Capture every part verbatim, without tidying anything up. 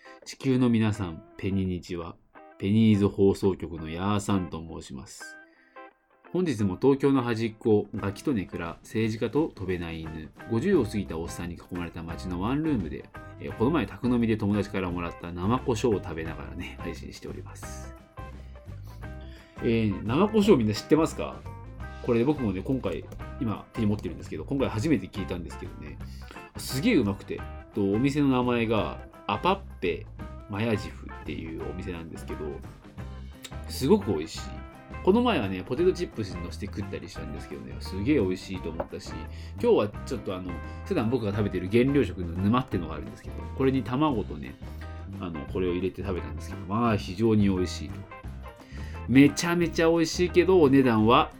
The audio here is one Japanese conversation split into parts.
地球の皆さん、ペニニチは。ペニーズ放送局のヤーさんと申します。本日も東京の端っこ、ガキとネクラ、政治家と飛べない犬、ごじゅうを過ぎたおっさんに囲まれた街のワンルームで、えー、この前宅飲みで友達からもらった生胡椒を食べながらね、配信しております。えー、生胡椒みんな知ってますか？これ僕もね、今回、今手に持ってるんですけど、今回初めて聞いたんですけどね、すげえうまくて、とお店の名前がアパッペマヤジフっていうお店なんですけど、すごく美味しい。この前はね、ポテトチップスにのせて食ったりしたんですけどね、すげえ美味しいと思ったし、今日はちょっとあの、普段僕が食べてる原料食の沼ってのがあるんですけど、これに卵とね、あの、これを入れて食べたんですけど、まあ非常に美味しい。めちゃめちゃ美味しいけど、お値段は、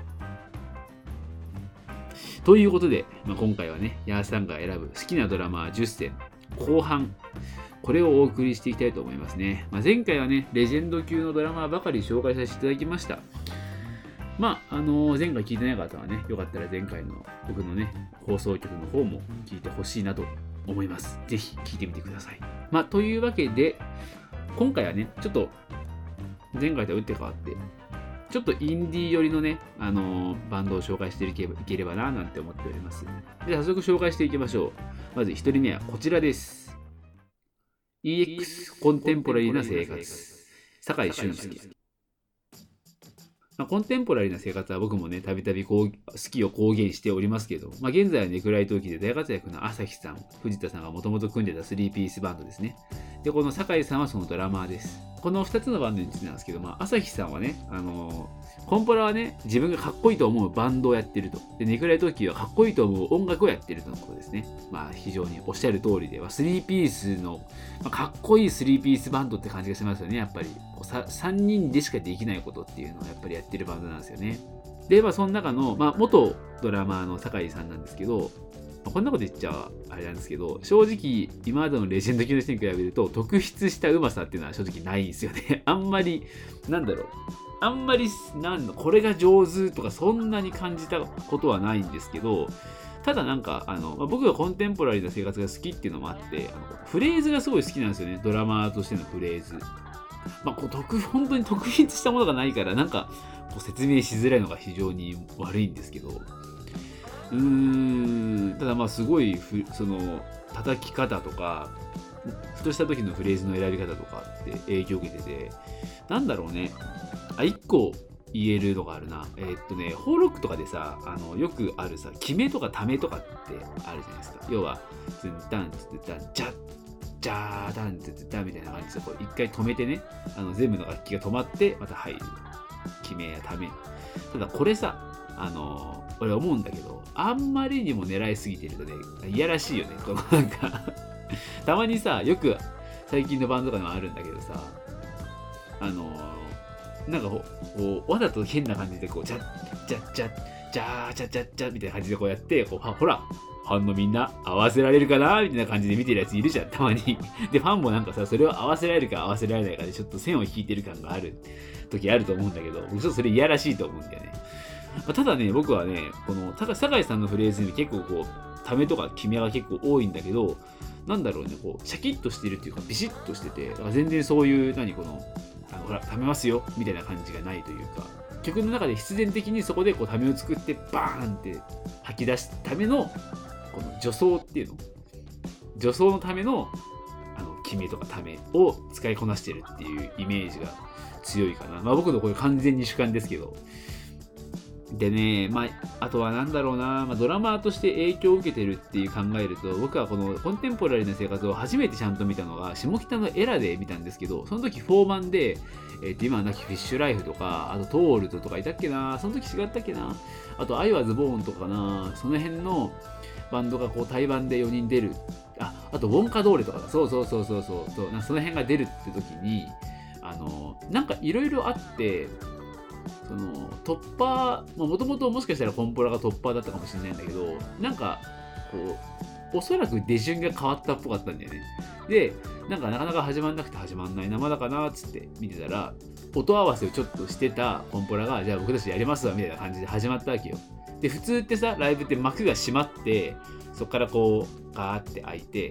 ということで、まあ、今回はね、ヤーさんが選ぶ好きなドラマーじゅっせん後半、これをお送りしていきたいと思いますね。まあ、前回はね、レジェンド級のドラマーばかり紹介させていただきました。まあ、あのー、前回聞いてない方はね、よかったら前回の僕のね、放送局の方も聞いてほしいなと思います。ぜひ聞いてみてください。まあ、というわけで、今回はね、ちょっと前回とは打って変わって、ちょっとインディー寄りのね、あのー、バンドを紹介していけばいければななんて思っております。で、早速紹介していきましょう。まずひとりめはこちらです。イーエックス コンテンポラリーな生活、酒井俊介。まあ、コンテンポラリーな生活は僕もね、たびたび好きを公言しておりますけど、まあ、現在はね、暗い時で大活躍の朝日さん、藤田さんがもともと組んでたスリーピースバンドですね。で、この酒井さんはそのドラマーです。このふたつのバンドについてなんですけど、まあ、朝日さんはね、あのー、コンポラはね、自分がかっこいいと思うバンドをやってると。で、ネクライトーキーはかっこいいと思う音楽をやってるとのことですね。まあ、非常におっしゃる通りでは、スリーピースの、まあ、かっこいいスリーピースバンドって感じがしますよね、やっぱり。こうささんにんでしかできないことっていうのをやっぱりやってるバンドなんですよね。で、まあ、その中の、まあ、元ドラマーの酒井さんなんですけど、こんなこと言っちゃあれなんですけど、正直今までのレジェンド級の人に比べると特筆したうまさっていうのは正直ないんですよね。あんまり、なんだろう、あんまりなんのこれが上手とかそんなに感じたことはないんですけど、ただなんかあの、まあ、僕がコンテンポラリーな生活が好きっていうのもあって、あのフレーズがすごい好きなんですよね。ドラマーとしてのフレーズ。まあ、こう特本当に特筆したものがないから、なんかこう説明しづらいのが非常に悪いんですけど。うーんただまあすごいふその叩き方とかふとした時のフレーズの選び方とかって影響を受けてて、なんだろうね、あいっこ言えるのがあるな。えー、っとねホーロックとかでさ、あのよくあるさ決めとかためとかってあるじゃないですか。要はズンタンツッタンジャッジャーダンツッタンみたいな感じでこう一回止めてね、あの全部の楽器が止まってまた入る決めやため。ただこれさ、あのー、俺思うんだけど、あんまりにも狙いすぎてるとね、いやらしいよね。このなんかたまにさ、よく最近のバンドとかでもあるんだけどさ、あのー、なんかこう、わざと変な感じでこう、ジャッ、ジャッ、ジャッ、ジャー、ジャッ、ジャッ、ジャッみたいな感じでこうやって、こう、ほら、ファンのみんな合わせられるかなみたいな感じで見てるやついるじゃん、たまに。で、ファンもなんかさ、それを合わせられるか合わせられないかでちょっと線を引いてる感がある時あると思うんだけど、僕ちょっとそれいやらしいと思うんだよね。ただね、僕はね、この酒井さんのフレーズに結構こう、ためとか決めが結構多いんだけど、なんだろうね、こう、シャキッとしてるっていうか、ビシッとしてて、だから全然そういう、何、この、あのほら、ためますよ、みたいな感じがないというか、曲の中で必然的にそこでこう、ためを作って、バーンって吐き出すための、この助走っていうの、助走のための、あの、決めとかためを使いこなしてるっていうイメージが強いかな。まあ僕のこれ完全に主観ですけど、でね、まあ、あとはなんだろうな、まあ、ドラマーとして影響を受けてるっていう考えると、僕はこのコンテンポラリーな生活を初めてちゃんと見たのが、下北のエラで見たんですけど、その時フォーマンで、えー、と今はなきフィッシュライフとか、あとトールドとかいたっけな、その時違ったっけな、あとアイワズボーンとかな、その辺のバンドがこう対バンでよにん出る、あ、あとウォンカドーレとか、そうそうそうそうそう、そうなんかその辺が出るって時に、あの、なんかいろいろあって、その突破、もともともしかしたらコンポラが突破だったかもしれないんだけど、なんかこうおそらく出順が変わったっぽかったんだよね。で、なんかなかなか始まんなくて始まんないな、まだかなっつって見てたら、音合わせをちょっとしてたコンポラが、じゃあ僕たちやりますわみたいな感じで始まったわけよ。で、普通ってさ、ライブって幕が閉まって、そこからこうガーって開いて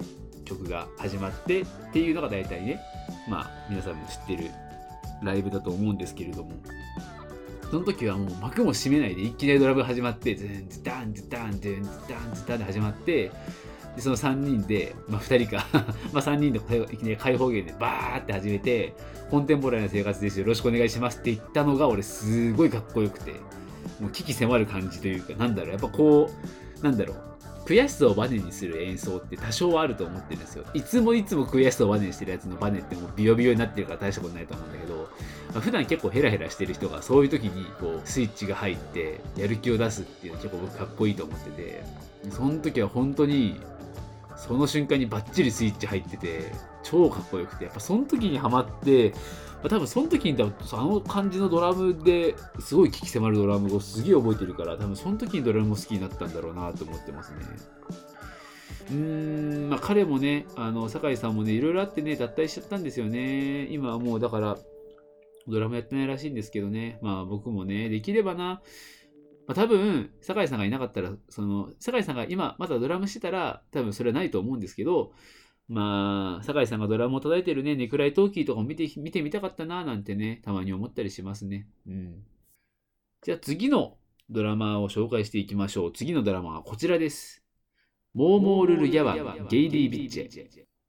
曲が始まってっていうのが大体ね、まあ皆さんも知ってるライブだと思うんですけれども、その時はもう幕も閉めないでいきなりドラムが始まって、ズンズダンズダンズンズダンズダンで始まって、でそのさんにんで、まあふたりかまあさんにんでいきなり開放弦でバーって始めて、コンテンポラリーな生活ですよろしくお願いしますって言ったのが俺すごいかっこよくて、もう危機迫る感じというか、なんだろう、やっぱこうなんだろう悔しさをバネにする演奏って多少はあると思ってるんですよ。いつもいつも悔しさをバネにしてるやつのバネってもうビヨビヨになってるから大したことないと思うんだけど、まあ、普段結構ヘラヘラしてる人がそういう時にこうスイッチが入ってやる気を出すっていうのは結構僕かっこいいと思ってて、その時は本当にその瞬間にバッチリスイッチ入ってて超かっこよくて、やっぱその時にハマって、まあ、多分その時にあの感じのドラムですごい危機迫るドラムをすげえ覚えてるから、多分その時にドラムも好きになったんだろうなと思ってますね。うーん、まあ彼もね、あの酒井さんもね、いろいろあってね脱退しちゃったんですよね。今はもうだからドラムやってないらしいんですけどね。まあ僕もね、できればな、まあ、多分酒井さんがいなかったら、その酒井さんが今まだドラムしてたら多分それはないと思うんですけど、まあ酒井さんがドラムを叩いてるねネクライトーキーとかも見て見てみたかったななんてね、たまに思ったりしますね。うん。じゃあ次のドラマーを紹介していきましょう。次のドラマはこちらです。モーモールル・ギャバン・ゲイリー・ビッチェ。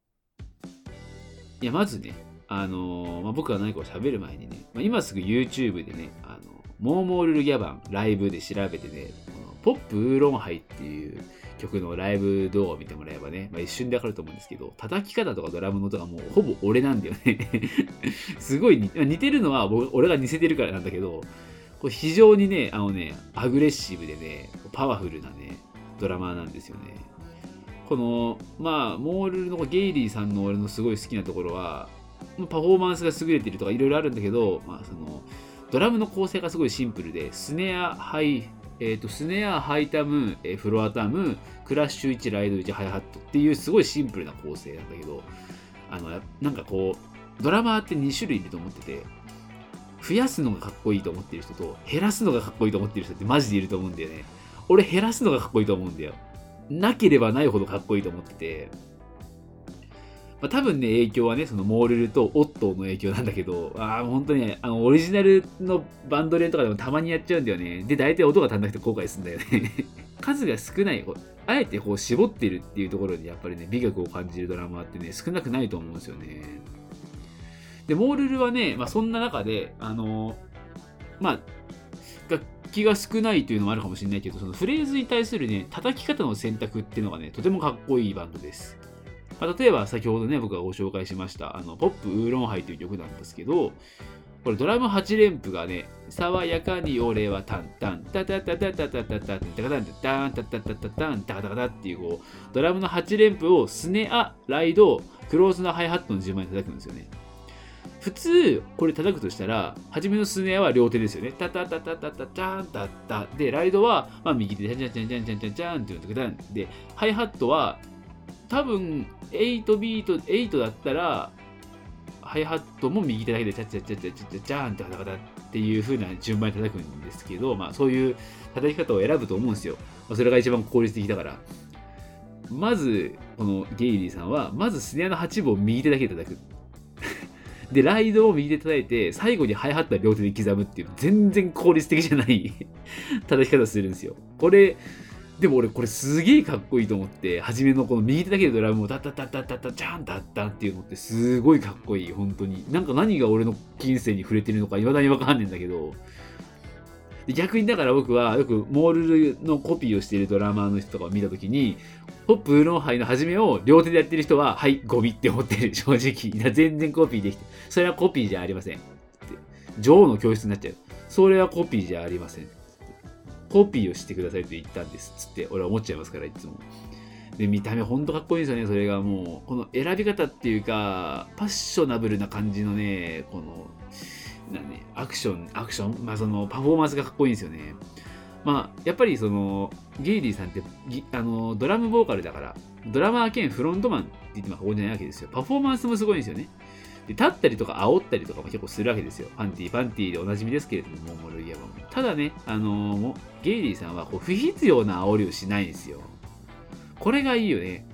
いやまずね、あのーまあ、僕が何かを喋る前にね、まあ、今すぐ YouTube でね、あのモーモールル・ギャバンライブで調べてね、ポップ・ウーロンハイっていう曲のライブ動画を見てもらえばね、まあ、一瞬でわかると思うんですけど、叩き方とかドラムの音がもうほぼ俺なんだよねすごい似似てるのは俺が似せてるからなんだけど、これ非常にね、あのね、アグレッシブでね、パワフルなね、ドラマーなんですよね。この、まあ、モールルのゲイリーさんの俺のすごい好きなところは、パフォーマンスが優れてるとかいろいろあるんだけど、まあ、そのドラムの構成がすごいシンプルで、スネア、ハイ、えーと、スネア、ハイタム、えー、フロアタム、クラッシュいち、ライドいち、ハイハットっていうすごいシンプルな構成なんだけど、あのなんかこうドラマーってに種類いると思ってて、増やすのがかっこいいと思ってる人と減らすのがかっこいいと思ってる人ってマジでいると思うんだよね。俺減らすのがかっこいいと思うんだよ。なければないほどかっこいいと思ってて、まあ、多分ね影響はねそのモールルとオットーの影響なんだけど、ああ本当にね、あのオリジナルのバンド連とかでもたまにやっちゃうんだよね。で大体音が足んなくて後悔するんだよね数が少ない、あえてこう絞ってるっていうところにやっぱりね美学を感じるドラマーってね少なくないと思うんですよね。でモールルはね、まあ、そんな中であのまあ楽器が少ないというのもあるかもしれないけど、そのフレーズに対するね叩き方の選択っていうのがねとてもかっこいいバンドです。まあ、例えば先ほどね僕がご紹介しましたあのポップウーロンハイという曲なんですけど、これドラムはち連符がね、爽やかに俺はタンタンタタタタタタタタタタタタンタンタタタタタンタカタカタっていうこうドラムのはち連符をスネア、ライド、クローズのハイハットの順番に叩くんですよね。普通これ叩くとしたら初めのスネアは両手ですよね。タタタタタタチャンタッタで、ライドはまあ右手でチャンチャンチャンチャンチャンチャンっていうので、ハイハットは多分はちビートはちだったらハイハットも右手だけでチャッチャッチャッチャッチャッチャッチャーンってカタカタっていう風な順番に叩くんですけど、まあそういう叩き方を選ぶと思うんですよ。まあ、それが一番効率的だから。まずこのゲイリーさんはまずスネアのはちぶを右手だけで叩くでライドを右手で叩いて最後にハイハットは両手で刻むっていう全然効率的じゃない叩き方をするんですよ。これでも俺これすげえかっこいいと思って、初めのこの右手だけでドラムをタッタッタッタッタッタッチャンタッタンっていうのってすごいかっこいい。本当になんか何が俺の金銭に触れてるのか未だに分かんねえんだけど、逆にだから僕はよくモールルのコピーをしているドラマーの人とかを見たときに、ポップウーロンハイの初めを両手でやってる人ははいゴミって思ってる。正直全然コピーできて、それはコピーじゃありません。女王の教室になっちゃう。それはコピーじゃありません。コピーをしてくださいと言ったんですつって俺は思っちゃいますから、いつも。で見た目ほんとかっこいいんですよね。それがもうこの選び方っていうかパッショナブルな感じのね、このな、ね、アクションアクションまあそのパフォーマンスがかっこいいんですよね。まあやっぱりそのゲイリーさんってあのドラムボーカルだからドラマー兼フロントマンって言っても過言じゃないわけですよ。パフォーマンスもすごいんですよね。で立ったりとか煽ったりとかも結構するわけですよ。パンティーパンティーでおなじみですけれども、モーモルギアはただね、あのー、ゲイリーさんはこう不必要な煽りをしないんですよ。これがいいよね。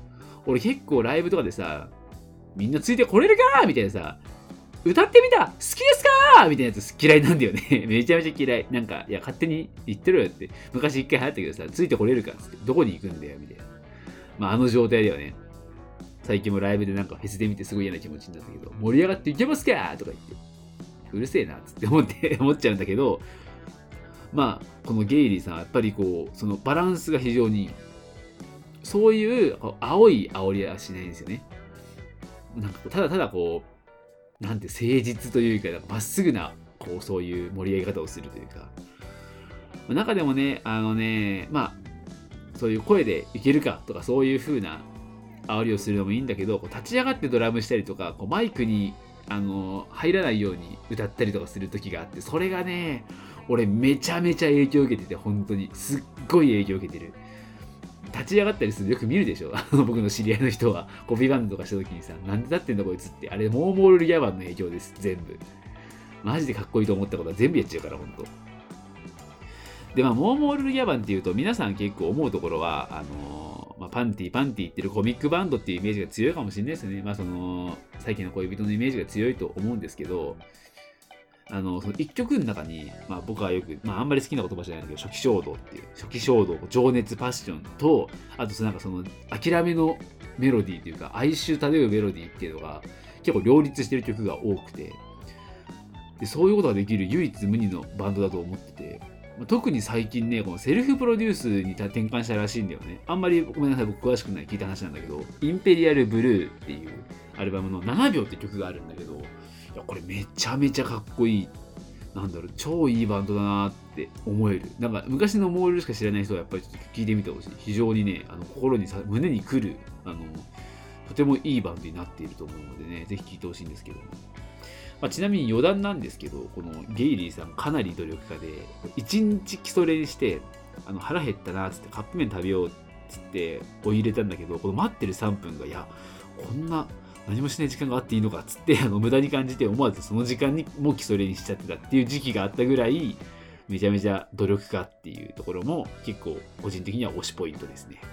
俺結構ライブとかでさ、みんなついてこれるかーみたいなさ、歌ってみた好きですかーみたいなやつ嫌いなんだよね。めちゃめちゃ嫌い。なんか、いや、勝手に言ってろよって。昔一回流行ったけどさ、ついてこれるかっつって、どこに行くんだよみたいな。まあ、あの状態だよね。最近もライブでなんかフェスで見てすごい嫌な気持ちになったけど、盛り上がっていけますかーとか言って、うるせえなっつって思って思っちゃうんだけど、まあ、このゲイリーさんはやっぱりこう、そのバランスが非常に、そういう青い煽りはしないんですよね。なんかただただこう、なんて誠実というか、まっすぐな、こう、そういう盛り上げ方をするというか、中でもね、あのね、まあ、そういう声でいけるかとか、そういう風な煽りをするのもいいんだけど、こう立ち上がってドラムしたりとか、こうマイクにあの入らないように歌ったりとかする時があって、それがね、俺めちゃめちゃ影響を受けてて、本当にすっごい影響を受けてる。立ち上がったりするよく見るでしょ。あの僕の知り合いの人はコピーバンドとかした時にさ、なんで立ってんだこいつって、あれモーモールギャバンの影響です、全部。マジでかっこいいと思ったことは全部やっちゃうから、本当。で、まあ、モーモールギャバンっていうと、皆さん結構思うところは、あのーまあ、パンティーパンティー言ってるコミックバンドっていうイメージが強いかもしれないですね。まあ、その、最近の恋人のイメージが強いと思うんですけど、あの、その一曲の中に、まあ僕はよく、まああんまり好きな言葉じゃないんだけど、初期衝動っていう、初期衝動、情熱、パッションと、あとなんかその、諦めのメロディーというか、哀愁漂うメロディーっていうのが、結構両立してる曲が多くて、でそういうことができる唯一無二のバンドだと思ってて、特に最近ね、このセルフプロデュースに転換したらしいんだよね。あんまりごめんなさい、僕詳しくない聞いた話なんだけど、インペリアルブルーっていうアルバムのななびょうって曲があるんだけど、いやこれめちゃめちゃかっこいい。なんだろう、超いいバンドだなって思える。なんか昔のモールしか知らない人はやっぱりちょっと聞いてみてほしい。非常にね、あの心にさ、胸に来る、あの、とてもいいバンドになっていると思うのでね、ぜひ聞いてほしいんですけども。まあ、ちなみに余談なんですけど、このゲイリーさんかなり努力家で、いちにち基礎練して、あの腹減ったなっつってカップ麺食べようっつってお湯入れたんだけど、この待ってるさんぷんが、いや、こんな何もしない時間があっていいのかっつって、あの無駄に感じて思わずその時間にも基礎練にしちゃってたっていう時期があったぐらい、めちゃめちゃ努力家っていうところも結構個人的には推しポイントですね。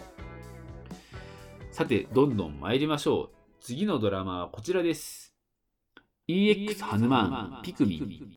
さて、どんどん参りましょう。次のドラマはこちらです。イーエックス ハヌマーン、ピクミン。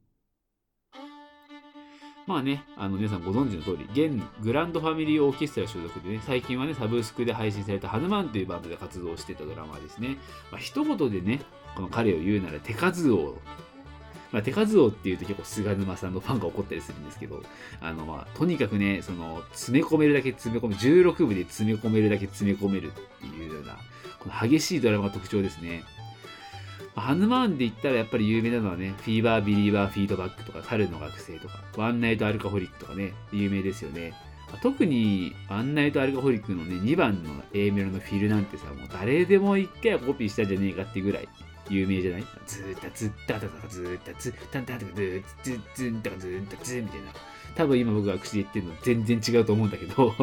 まあね、あの皆さんご存知の通り、現グランドファミリーオーケストラ所属でね、最近はね、サブスクで配信されたハヌマーンというバンドで活動してたドラマですね。まあ、一言でね、この彼を言うなら手数王。まあ、手数王っていうと結構菅沼さんのファンが怒ったりするんですけど、あのまあとにかくね、その詰め込めるだけ詰め込む、じゅうろくぶで詰め込めるだけ詰め込めるっていうような、この激しいドラマが特徴ですね。ハヌマーンで言ったらやっぱり有名なのはね、フィーバービリーバーフィードバックとか、春の学生とか、ワンナイトアルカホリックとかね、有名ですよね。特にワンナイトアルカホリックのね、にばんの A メロのフィルなんてさ、もう誰でも一回はコピーしたんじゃねえかっていうぐらい有名じゃない？ズータズッタタタズータズッタンタンタズーズッズンタズータズーみたいな。多分今僕が口で言ってるの全然違うと思うんだけど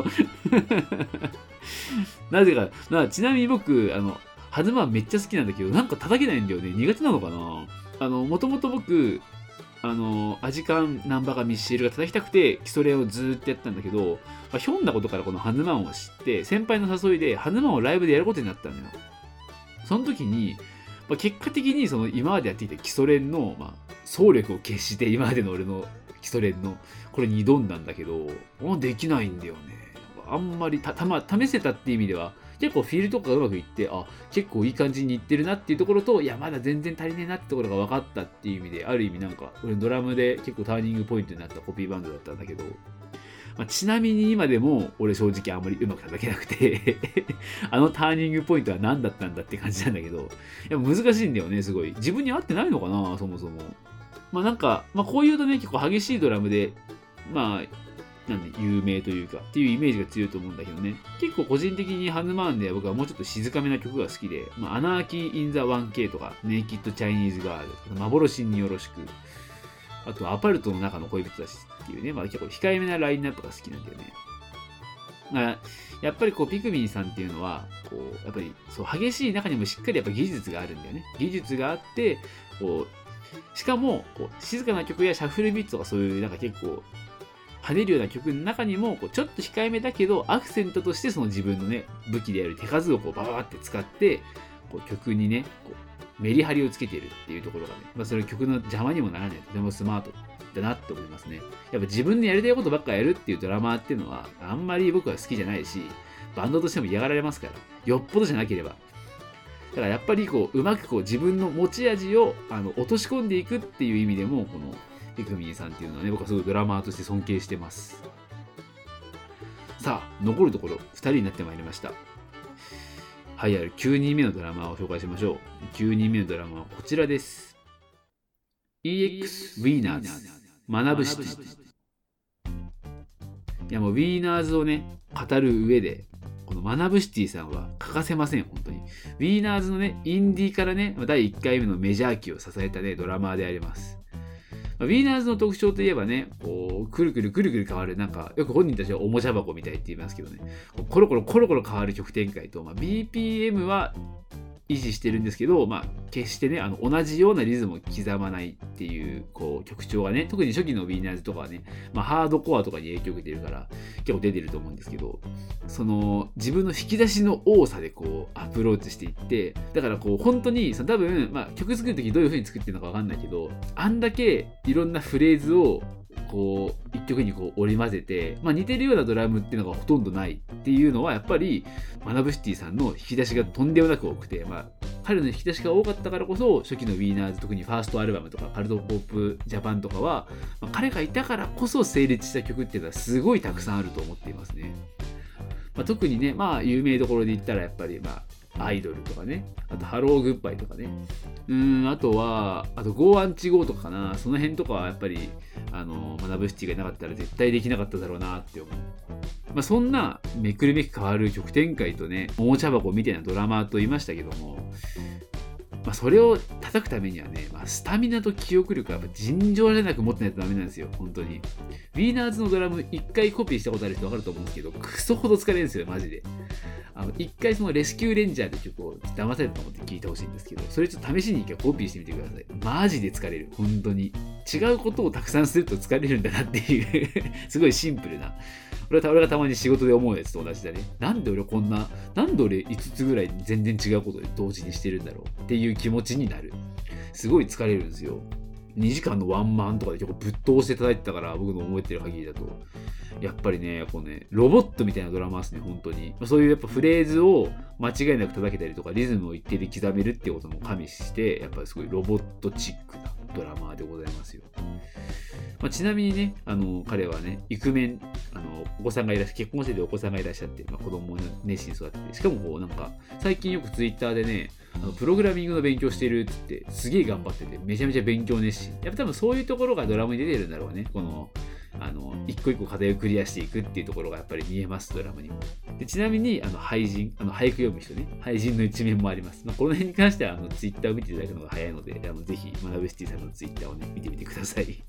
なぜか、まあ、ちなみに僕、あの、ハヌマーンめっちゃ好きなんだけど、なんか叩けないんだよね。苦手なのかな。あの、もともと僕、あの、アジカン、ナンバガ、ミッシェルが叩きたくて、基礎練をずーっとやったんだけど、まあ、ひょんなことからこのハヌマーンを知って、先輩の誘いでハヌマーンをライブでやることになったんだよ。その時に、まあ、結果的にその今までやっていた基礎練の、まあ、総力を決して今までの俺の基礎練のこれに挑んだんだけど、もうできないんだよね。あんまりたた、ま、試せたっていう意味では、結構フィールとかがうまくいって、あ、結構いい感じにいってるなっていうところと、いや、まだ全然足りねえなってところが分かったっていう意味で、ある意味なんか、俺ドラムで結構ターニングポイントになったコピーバンドだったんだけど、まあ、ちなみに今でも俺正直あんまりうまく叩けなくてあのターニングポイントは何だったんだって感じなんだけど、いや難しいんだよね、すごい。自分に合ってないのかな、そもそも。まあなんか、まあこういうとね、結構激しいドラムで、まあ、なんで有名というかっていうイメージが強いと思うんだけどね。結構個人的にハヌマーンでは僕はもうちょっと静かめな曲が好きで、まあ、アナーキー・イン・ザ・ワンケー とか、ネイキッド・チャイニーズ・ガール、幻によろしく、あとアパルトの中の恋人たちっていうね、まあ、結構控えめなラインナップが好きなんだよね。まあ、やっぱりこうピクミンさんっていうのは、こうやっぱりそう激しい中にもしっかりやっぱ技術があるんだよね。技術があって、こうしかもこう静かな曲やシャッフルビーツとかそういうなんか結構跳ねるような曲の中にもこうちょっと控えめだけどアクセントとしてその自分のね武器である手数をこうバババって使ってこう曲にねこうメリハリをつけているっていうところがね、まあ、それ曲の邪魔にもならないとてもスマートだなって思いますね。やっぱ自分のやりたいことばっかやるっていうドラマーっていうのはあんまり僕は好きじゃないし、バンドとしても嫌がられますから、よっぽどじゃなければ。だからやっぱりこううまくこう自分の持ち味をあの落とし込んでいくっていう意味でもこのエクミンさんっていうのはね僕はすごいドラマーとして尊敬してます。さあ残るところふたりになってまいりました。はいあるきゅうにんめのドラマーを紹介しましょう。きゅうにんめのドラマーはこちらです。 イーエックス ウィーナーズ学ぶシティ。いやもうウィーナーズをね語る上でこの学ぶシティさんは欠かせません。本当にウィーナーズのねインディーからねだいいっかいめのメジャー期を支えたねドラマーであります。ウィーナーズの特徴といえばねこうくるくるくるくる変わるなんかよく本人たちはおもちゃ箱みたいって言いますけどねコロコロコロコロ変わる曲展開と、まあ、ビーピーエム は維持してるんですけど、まあ、決してねあの同じようなリズムを刻まないっていうこう曲調がね特に初期のウィーナーズとかはね、まあ、ハードコアとかに影響を受けてるから結構出てると思うんですけどその自分の引き出しの多さでこうアプローチしていってだからこう本当にその多分、まあ、曲作る時どういう風に作ってるのか分かんないけどあんだけいろんなフレーズをこう一曲にこう織り交ぜて、まあ、似てるようなドラムっていうのがほとんどないっていうのはやっぱり学ぶシティさんの引き出しがとんでもなく多くて、まあ、彼の引き出しが多かったからこそ初期のウィーナーズ特にファーストアルバムとかカルトポップジャパンとかは、まあ、彼がいたからこそ成立した曲っていうのはすごいたくさんあると思っていますね。まあ、特にね、まあ、有名どころで言ったらやっぱり、まあ、アイドルとかね、あとハローグッバイとかね、うーん、あとは、あと Go アンチ Go とかかな、その辺とかはやっぱり、あの、学ぶシティがいなかったら絶対できなかっただろうなって思う。まあ、そんなめくるめく変わる曲展開とね、おもちゃ箱みたいなドラマーと言いましたけども、まあ、それを叩くためにはね、まあ、スタミナと記憶力はやっぱ尋常じゃなく持ってないとダメなんですよ、本当に。ウィーナーズのドラム一回コピーしたことある人分かると思うんですけど、クソほど疲れるんですよ、マジで。あの一回そのレスキューレンジャーって曲を騙されたと思って聞いてほしいんですけど、それちょっと試しに一回コピーしてみてください。マジで疲れる、本当に。違うことをたくさんすると疲れるんだなっていうすごいシンプルな。俺は俺がたまに仕事で思うやつと同じだね。なんで俺こんな、なんで俺いつつぐらい全然違うことで同時にしてるんだろうっていう気持ちになる。すごい疲れるんですよ。にじかんのワンマンとかで結構ぶっ通して叩いてたから、僕の覚えてる限りだと。やっぱりね、こうね、ロボットみたいなドラマーですね、本当に。そういうやっぱフレーズを間違いなく叩けたりとか、リズムを一定で刻めるっていうことも加味して、やっぱりすごいロボットチックなドラマーでございますよ。まあ、ちなみにね、あの彼はね、イクメン、あのお子さんがいらっしゃ結婚しててお子さんがいらっしゃって、まあ、子供を熱心に育てて、しかもこうなんか、最近よくツイッターでね、あのプログラミングの勉強してるって言って、すげえ頑張ってて、めちゃめちゃ勉強熱心。やっぱ多分そういうところがドラムに出てるんだろうね。この、あの、一個一個課題をクリアしていくっていうところがやっぱり見えます、ドラムにも。でちなみに、あの、俳人、あの、俳句読む人ね、俳人の一面もあります。まあ、この辺に関しては、あの、ツイッターを見ていただくのが早いので、あのぜひ、学ぶシティさんのツイッターをね、見てみてください。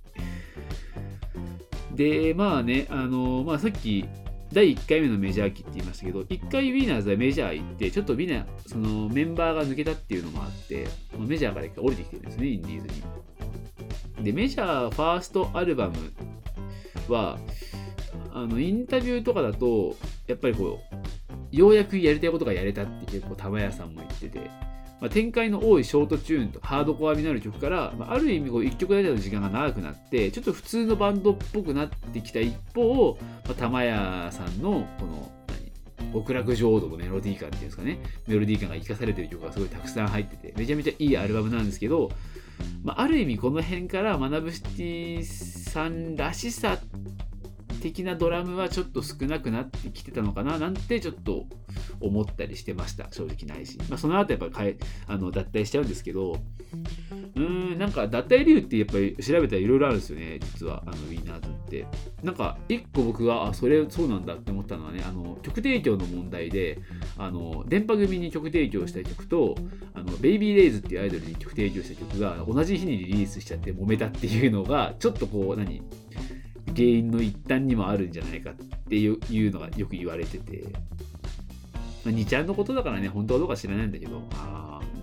で、まあね、あの、まあさっき、だいいっかいめのメジャー期って言いましたけど、いっかいウィーナーズはメジャー行って、ちょっとみんな、そのメンバーが抜けたっていうのもあって、メジャーから一回降りてきてるんですね、インディーズに。で、メジャーファーストアルバムは、あの、インタビューとかだと、やっぱりこう、ようやくやりたいことがやれたって結構玉屋さんも言ってて、まあ、展開の多いショートチューンとハードコアになる曲から、まあ、ある意味こういっきょくだけの時間が長くなってちょっと普通のバンドっぽくなってきた一方、まあ、玉屋さんのこの何極楽浄土のメロディー感っていうんですかねメロディー感が生かされてる曲がすごいたくさん入っててめちゃめちゃいいアルバムなんですけど、まあ、ある意味この辺から学ぶシティさんらしさ的なドラムはちょっと少なくなってきてたのかななんてちょっと思ったりしてました。正直ないし、まあ、その後やっぱり変えあの脱退しちゃうんですけど、うーんなんか脱退理由ってやっぱり調べたらいろいろあるんですよね。実はあのウィーナーズってなんか一個僕があそれそうなんだって思ったのはねあの曲提供の問題であの電波組に曲提供した曲とあのベイビーレイズっていうアイドルに曲提供した曲が同じ日にリリースしちゃって揉めたっていうのがちょっとこう何原因の一端にもあるんじゃないかっていうのがよく言われてて、まあ、にちゃんのことだからね本当はどうか知らないんだけどあ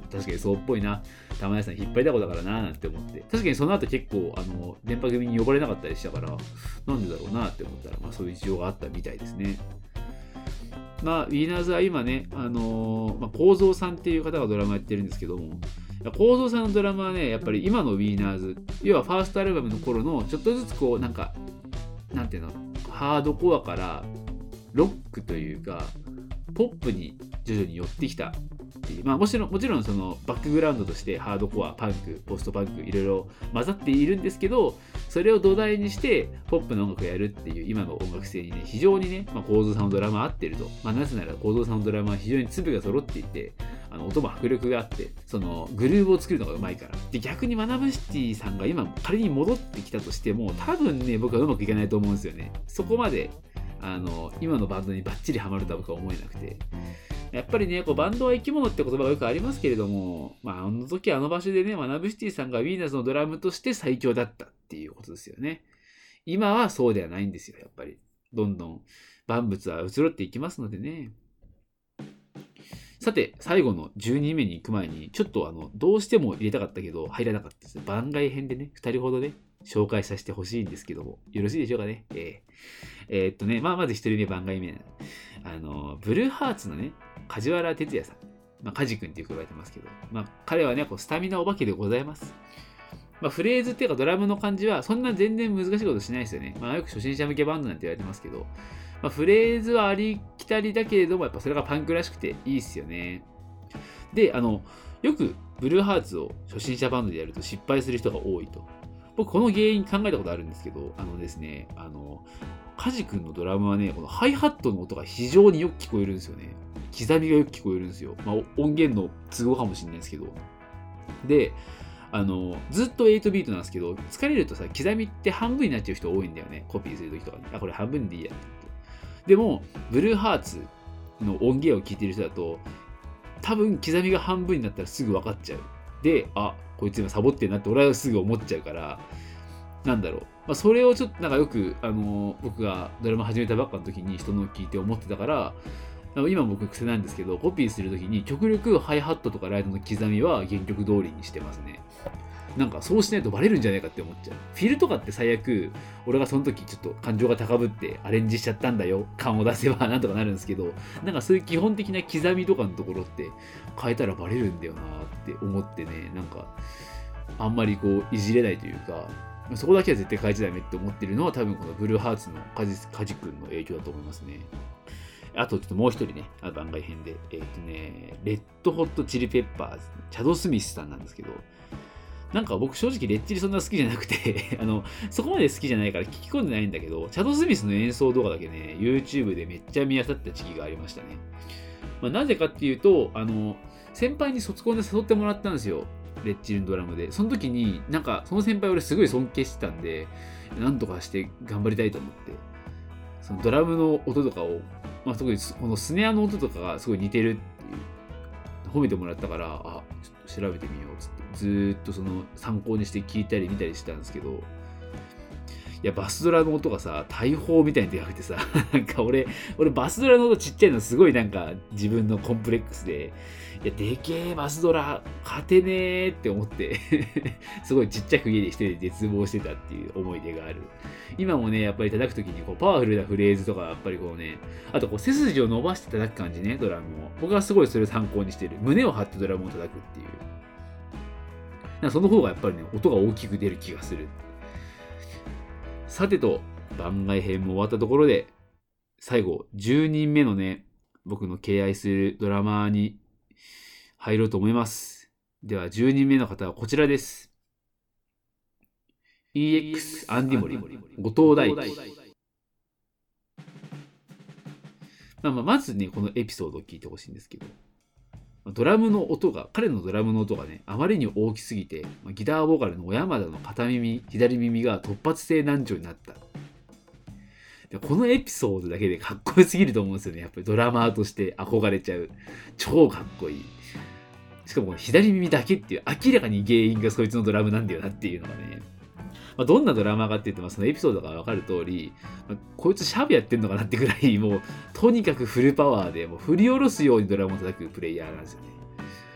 確かにそうっぽいな、玉屋さん引っ張りだこだからななんて思って、確かにその後結構あの電波組に呼ばれなかったりしたから、なんでだろうなって思ったら、まあ、そういう事情があったみたいですね。まあ、ウィーナーズは今ね、あのーまあ、構造さんっていう方がドラマやってるんですけども、構造さんのドラマはね、やっぱり今のウィーナーズ、要はファーストアルバムの頃のちょっとずつこうなんかなんていうの、ハードコアからロックというかポップに徐々に寄ってきたっていう、まあもちろんもちろんそのバックグラウンドとしてハードコア、パンク、ポストパンクいろいろ混ざっているんですけど、それを土台にしてポップな音楽をやるっていう今の音楽性にね、非常にね、まあ、構造さんのドラマ合ってると、まあ、なぜなら構造さんのドラマは非常に粒が揃っていて、あの音も迫力があって、そのグルーヴを作るのがうまいから。で、逆にマナブシティさんが今仮に戻ってきたとしても、多分ね、僕はうまくいかないと思うんですよね。そこまであの今のバンドにバッチリハマるとは僕は思えなくて。やっぱりね、こうバンドは生き物って言葉がよくありますけれども、まあ、あの時あの場所でね、マナブシティさんがウィーナスのドラムとして最強だったっていうことですよね。今はそうではないんですよ、やっぱり。どんどん万物は移ろっていきますのでね。さて、最後のじゅうにんめに行く前に、ちょっとあの、どうしても入れたかったけど、入らなかったです。番外編でね、ふたりほどね、紹介させてほしいんですけども、よろしいでしょうかね。えー、えー、っとね、まあ、まずひとりめ番外目。あの、ブルーハーツのね、梶原哲也さん。まあ、梶君ってよく言われてますけど、まあ、彼はね、こうスタミナお化けでございます。まあ、フレーズっていうかドラムの感じは、そんな全然難しいことしないですよね。まあ、よく初心者向けバンドなんて言われてますけど、まあ、フレーズはありきたりだけれども、やっぱそれがパンクらしくていいっすよね。で、あの、よくブルーハーツを初心者バンドでやると失敗する人が多いと。僕、この原因考えたことあるんですけど、あのですね、あの、カジ君のドラムはね、このハイハットの音が非常によく聞こえるんですよね。刻みがよく聞こえるんですよ。まあ、音源の都合かもしれないですけど。で、あの、ずっとエイトビートなんですけど、疲れるとさ、刻みって半分になっちゃう人多いんだよね。コピーするときとかに。あ、これ半分でいいやって言って。でも、ブルーハーツの音源を聞いてる人だと、多分刻みが半分になったらすぐ分かっちゃう。で、あ、こいつ今サボってんなって俺はすぐ思っちゃうから、なんだろう。まあ、それをちょっとなんかよく、あの、僕がドラマ始めたばっかの時に人のを聞いて思ってたから、今僕癖なんですけど、コピーするときに極力ハイハットとかライトの刻みは原曲通りにしてますね。なんかそうしないとバレるんじゃないかって思っちゃう。フィルとかって最悪、俺がその時ちょっと感情が高ぶってアレンジしちゃったんだよ、感を出せばなんとかなるんですけど、なんかそういう基本的な刻みとかのところって変えたらバレるんだよなって思ってね、なんかあんまりこういじれないというか、そこだけは絶対変えちゃダメって思ってるのは多分このブルーハーツのカジ、カジ君の影響だと思いますね。あとちょっともう一人ね、番外編で、えっとね、レッドホットチリペッパーズ、チャド・スミスさんなんですけど、なんか僕正直レッチリそんな好きじゃなくてあの、そこまで好きじゃないから聞き込んでないんだけど、チャド・スミスの演奏動画だけね、YouTube でめっちゃ見漁った時期がありましたね。まあ、なぜかっていうと、あの、先輩に卒コンで誘ってもらったんですよ。レッチリのドラムで。その時に、なんかその先輩俺すごい尊敬してたんで、なんとかして頑張りたいと思って、そのドラムの音とかを、まあ、特にこのスネアの音とかがすごい似てるっていう褒めてもらったから、あ、ちょっと調べてみようっつってずーっとその参考にして聞いたり見たりしてたんですけど、いやバスドラの音がさ大砲みたいにでかくてさなんか俺俺バスドラの音ちっちゃいのすごいなんか自分のコンプレックスで、いやでけえバスドラ勝てねーって思ってすごいちっちゃく家で一人で絶望してたっていう思い出がある。今もねやっぱり叩くときにこうパワフルなフレーズとかやっぱりこうね、あとこう背筋を伸ばして叩く感じね、ドラムを僕はすごいそれを参考にしてる。胸を張ってドラムを叩くっていう、なんかその方がやっぱりね音が大きく出る気がする。さてと番外編も終わったところで、最後じゅうにんめのね僕の敬愛するドラマーに入ろうと思います。ではじゅうにんめの方はこちらです。 イーエックス アンディモリ、後藤大輝。まあまあまずねこのエピソードを聞いてほしいんですけど、ドラムの音が、彼のドラムの音がね、あまりに大きすぎて、ギターボーカルの小山田の片耳、左耳が突発性難聴になった。でこのエピソードだけでかっこよすぎると思うんですよね。やっぱりドラマーとして憧れちゃう。超かっこいい。しかもこの左耳だけっていう、明らかに原因がそいつのドラムなんだよなっていうのがね。まあ、どんなドラマーかって言ってもそのエピソードが分かる通り、まあ、こいつシャブやってんのかなってぐらい、もうとにかくフルパワーでもう振り下ろすようにドラムを叩くプレイヤーなんですよね。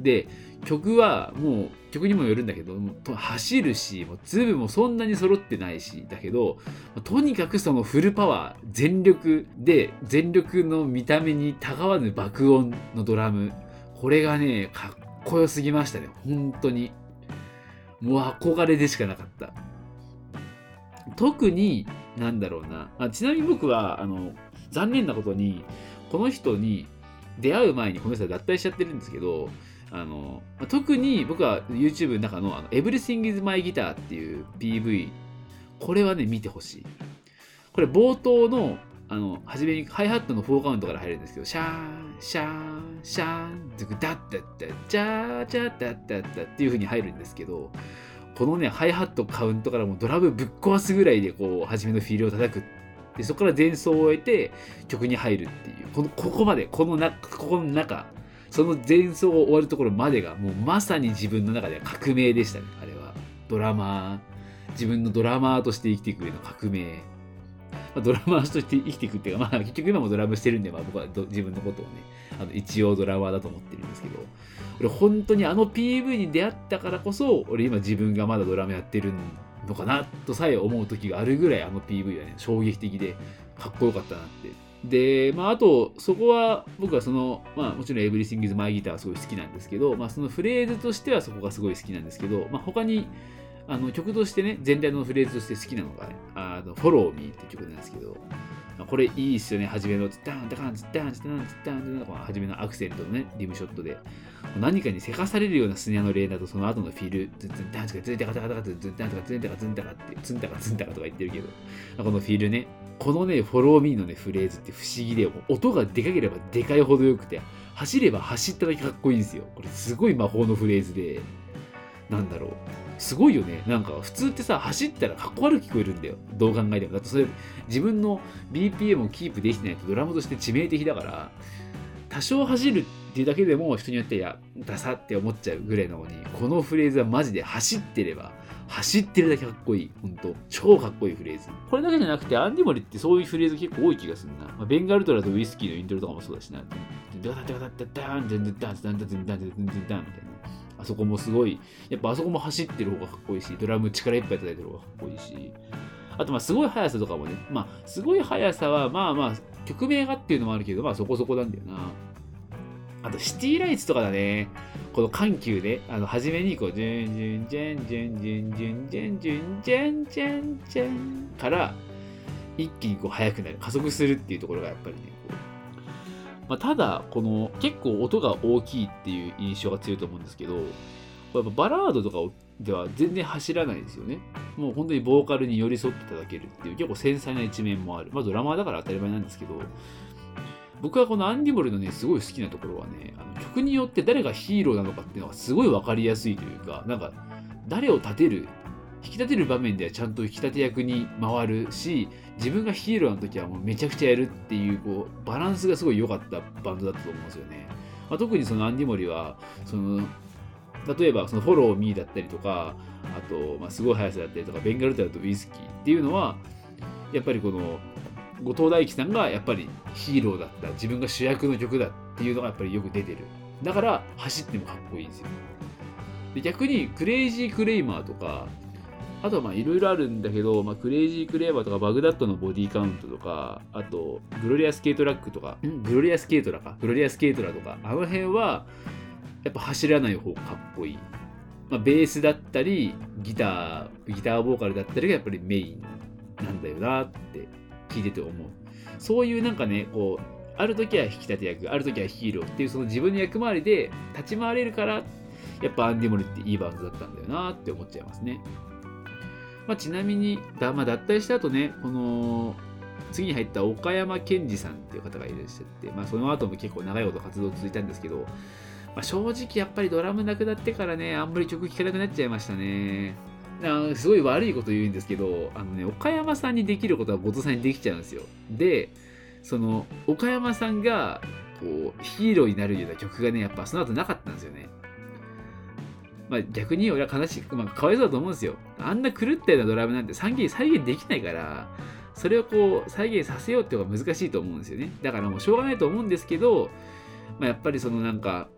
で曲はもう曲にもよるんだけど走るし、もう粒もそんなに揃ってないしだけど、とにかくそのフルパワー全力で全力の見た目にたがわぬ爆音のドラム、これがねかっこよすぎましたね。本当にもう憧れでしかなかった。特になんだろうなあ、ちなみに僕はあの残念なことにこの人に出会う前にこの人は脱退しちゃってるんですけど、あの特に僕は YouTube の中のあの Everything is My Guitar っていう ピーブイ、 これはね見てほしい。これ冒頭のあの初めにハイハットのフォーカウントから入るんですけど、シャーンシャーンシャーンズクダッダッダッジャージャーダッダッダッっていう風に入るんですけど、このねハイハットカウントからもうドラムぶっ壊すぐらいでこう初めのフィールを叩く。でそこから前奏を終えて曲に入るっていう、このここまでこのなここの中、その前奏を終わるところまでがもうまさに自分の中では革命でしたね。あれはドラマー、自分のドラマーとして生きていく上の革命、まあ、ドラマーとして生きていくっていうか、まあ結局今もドラムしてるんで、まあ、僕は自分のことをねあの一応ドラマーだと思ってるんですけど、俺本当にあの ピーブイ に出会ったからこそ俺今自分がまだドラムやってるのかなとさえ思う時があるぐらい、あの ピーブイ はね衝撃的でかっこよかったなって。でまああとそこは僕はそのまあもちろん Everything is My Guitar はすごい好きなんですけど、まあそのフレーズとしてはそこがすごい好きなんですけど、まあ他にあの曲としてね全体のフレーズとして好きなのがね、あの Follow Me っていう曲なんですけど、これいいっすよね。初めのツッタンタカンツッタンツッタンツッタンって初めのアクセントのねリムショットで何かにせかされるようなスネアの例だと、その後のフィルズンズンタンツカズンタカタカタカズンズンタンとかズンタカズンタカってズンタカズンタカとか言ってるけど、このフィルね、このねフォローミーのねフレーズって不思議で、音がでかければでかいほどよくて、走れば走っただけかっこいいんですよ。これすごい魔法のフレーズで、なんだろうすごいよね。なんか普通ってさ走ったらかっこ悪く聞こえるんだよ、どう考えても。だってそれ自分の ビーピーエム をキープできてないとドラムとして致命的だから、多少走るっていうだけでも人によってやダサって思っちゃうぐらいなのに、このフレーズはマジで走ってれば走ってるだけかっこいい。ほんと超かっこいいフレーズ。これだけじゃなくてアンディモリってそういうフレーズ結構多い気がするな、まあ、ベンガルトラとウイスキーのイントロとかもそうだしな、ダダダダダダンダンダンダンダンダンダンダンダンダンみたいな、あそこもすごい、やっぱあそこも走ってる方がかっこいいし、ドラム力いっぱい叩いてる方がかっこいいし、あとまあすごい速さとかもね、まあすごい速さはまあまあ曲名がっていうのもあるけど、まあそこそこなんだよな。あとシティライツとかだね、この緩急で、あの初めにこうジュンジュンジュンジュンジュンジュンジュンジュンジュンジュンジュンから一気にこう速くなる、加速するっていうところがやっぱりね、こうまあ、ただこの結構音が大きいっていう印象が強いと思うんですけど、やっぱバラードとかでは全然走らないですよね。もう本当にボーカルに寄り添っていただけるっていう結構繊細な一面もある。まあドラマーだから当たり前なんですけど、僕はこのアンディモルのねすごい好きなところはね、あの曲によって誰がヒーローなのかっていうのがすごい分かりやすいというか、なんか誰を立てる引き立てる場面ではちゃんと引き立て役に回るし、自分がヒーローの時はもうめちゃくちゃやるっていう、こうバランスがすごい良かったバンドだったと思うんですよね。まあ、特にそのアンディモリはその例えばそのフォローミーだったりとか、あとまあすごい速さだったりとか、ベンガルタルとウイスキーっていうのはやっぱりこの後藤大樹さんがやっぱりヒーローだった、自分が主役の曲だっていうのがやっぱりよく出てる。だから走ってもかっこいいんですよ。で逆にクレイジークレイマーとか、あとはまあいろいろあるんだけど、まあ、クレイジークレイマーとかバグダッドのボディカウントとか、あとグロリアスケートラックとか、んグロリアスケートラかグロリアスケートラとか、あの辺はやっぱ走らない方がかっこいい。まあ、ベースだったりギターギターボーカルだったりがやっぱりメインなんだよなって聞いてて思う。そういうなんかね、こうある時は引き立て役、ある時はヒーローっていうその自分の役回りで立ち回れるから、やっぱアンディモリっていいバンドだったんだよなって思っちゃいますね。まあ、ちなみにだ、まあ、脱退した後ね、この次に入った岡山健二さんっていう方がいらっしゃって、まあ、その後も結構長いこと活動続いたんですけど、まあ、正直やっぱりドラムなくなってからね、あんまり曲聴かなくなっちゃいましたね。すごい悪いこと言うんですけど、あのね、岡山さんにできることは後藤さんにできちゃうんですよ。で、その岡山さんがこうヒーローになるような曲がね、やっぱその後なかったんですよね。まあ、逆に俺は悲しく、まあ、かわいそうだと思うんですよ。あんな狂ったようなドラムなんて再現再現できないから、それをこう再現させようっていうのが難しいと思うんですよね。だからもうしょうがないと思うんですけど、まあ、やっぱりそのなんか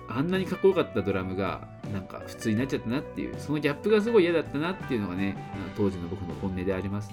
あんなにかっこよかったドラムがなんか普通になっちゃったなっていう、そのギャップがすごい嫌だったなっていうのがね、当時の僕の本音であります。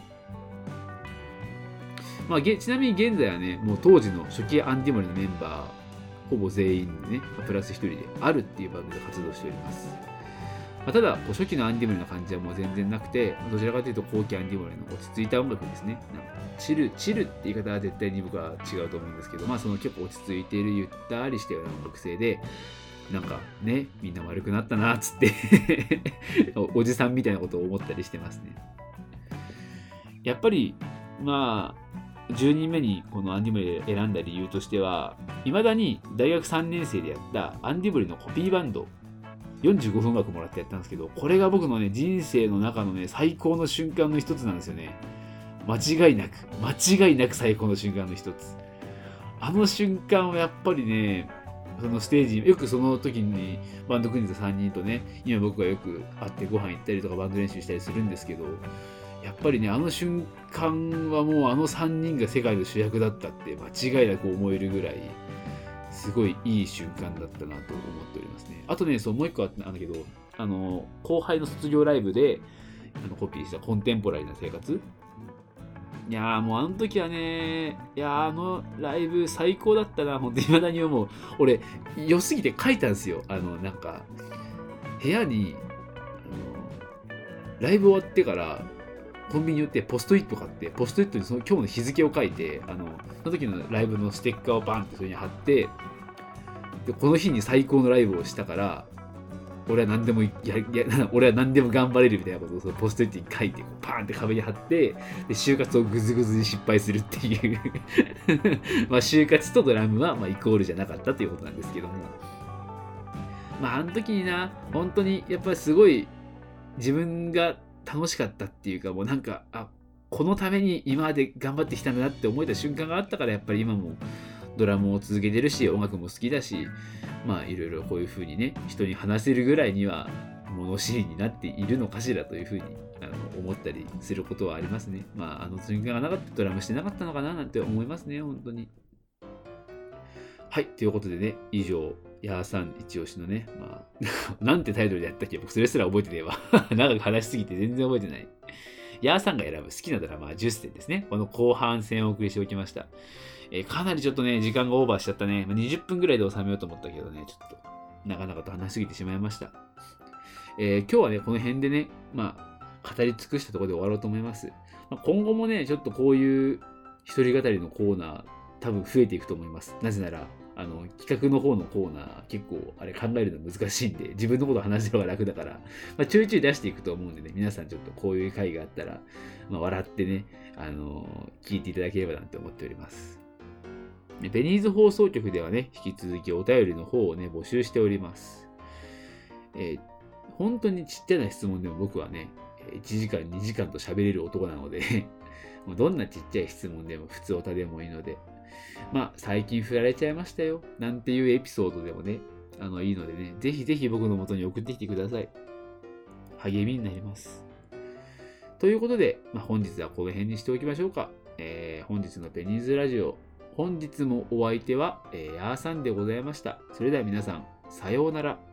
まあ、ちなみに現在はね、もう当時の初期アンディモリのメンバーほぼ全員でね、プラスひとりであるっていうバンドで活動しております。まあ、ただこう初期のアンディモリの感じはもう全然なくて、どちらかというと後期アンディモリの落ち着いた音楽ですね。なんかチルチルって言い方は絶対に僕は違うと思うんですけど、まあその結構落ち着いているゆったりしたような音楽性で、なんかね、みんな丸くなったなっつっておじさんみたいなことを思ったりしてますね。やっぱりまあじゅうにんめにこのアンディブリ選んだ理由としては、いまだに大学さんねん生でやったアンディブリのコピーバンドよんじゅうごふん音楽もらってやったんですけど、これが僕のね人生の中のね最高の瞬間の一つなんですよね。間違いなく間違いなく最高の瞬間の一つ。あの瞬間はやっぱりね、そのステージよくその時にバンド組んでたさんにんとね、今僕がよく会ってご飯行ったりとかバンド練習したりするんですけど、やっぱりね、あの瞬間はもうあのさんにんが世界の主役だったって間違いなく思えるぐらい、すごいいい瞬間だったなと思っておりますね。あとね、そうもう一個あったんだけど、あの後輩の卒業ライブであのコピーしたコンテンポラリーな生活。いやーもうあの時はね、いやーあのライブ最高だったな、本当に未だに思う。俺、良すぎて書いたんですよ。あの、なんか、部屋に、あのライブ終わってから、コンビニに寄ってポストイット買って、ポストイットにその今日の日付を書いて、あの、その時のライブのステッカーをバンってそれに貼って、で、この日に最高のライブをしたから、俺は何でもやや俺は何でも頑張れるみたいなことをそのポストイットに書いてパーンって壁に貼って、で就活をグズグズに失敗するっていうまあ就活とドラムはまあイコールじゃなかったということなんですけども、まああの時にな本当にやっぱりすごい自分が楽しかったっていうか、もうなんかあこのために今まで頑張ってきたんだなって思えた瞬間があったから、やっぱり今もドラムを続けてるし音楽も好きだし、まあいろいろこういう風にね人に話せるぐらいには物知りになっているのかしらという風にあの思ったりすることはありますね。まああの瞬間がなかったドラムしてなかったのかななんて思いますね、本当に。はい、ということでね、以上ヤーさん一押しのね、まあなんてタイトルでやったっけ、僕それすら覚えてねえわ長く話しすぎて全然覚えてない。ヤーさんが選ぶ好きなドラマはじゅっせんですね。この後半戦をお送りしておきました。えー、かなりちょっとね、時間がオーバーしちゃったね。にじゅっぷんぐらいで収めようと思ったけどね、ちょっと長々と話しすぎてしまいました。えー、今日はね、この辺でね、まあ、語り尽くしたところで終わろうと思います。まあ、今後もね、ちょっとこういう一人語りのコーナー、多分増えていくと思います。なぜなら、あの企画の方のコーナー結構あれ考えるの難しいんで、自分のこと話すのが楽だから、まあ、ちょいちょい出していくと思うんでね、皆さんちょっとこういう回があったら、まあ、笑ってね、あのー、聞いていただければなって思っております。ベニーズ放送局ではね、引き続きお便りの方をね、募集しております。えー、本当にちっちゃな質問でも僕はね、いちじかんにじかんと喋れる男なのでどんなちっちゃい質問でも普通おたでもいいので、まあ最近振られちゃいましたよなんていうエピソードでもね、あのいいのでね、ぜひぜひ僕の元に送ってきてください。励みになります。ということで、まあ、本日はこの辺にしておきましょうか。えー、本日のベニーズラジオ、本日もお相手は、えー、ヤーさんでございました。それでは皆さん、さようなら。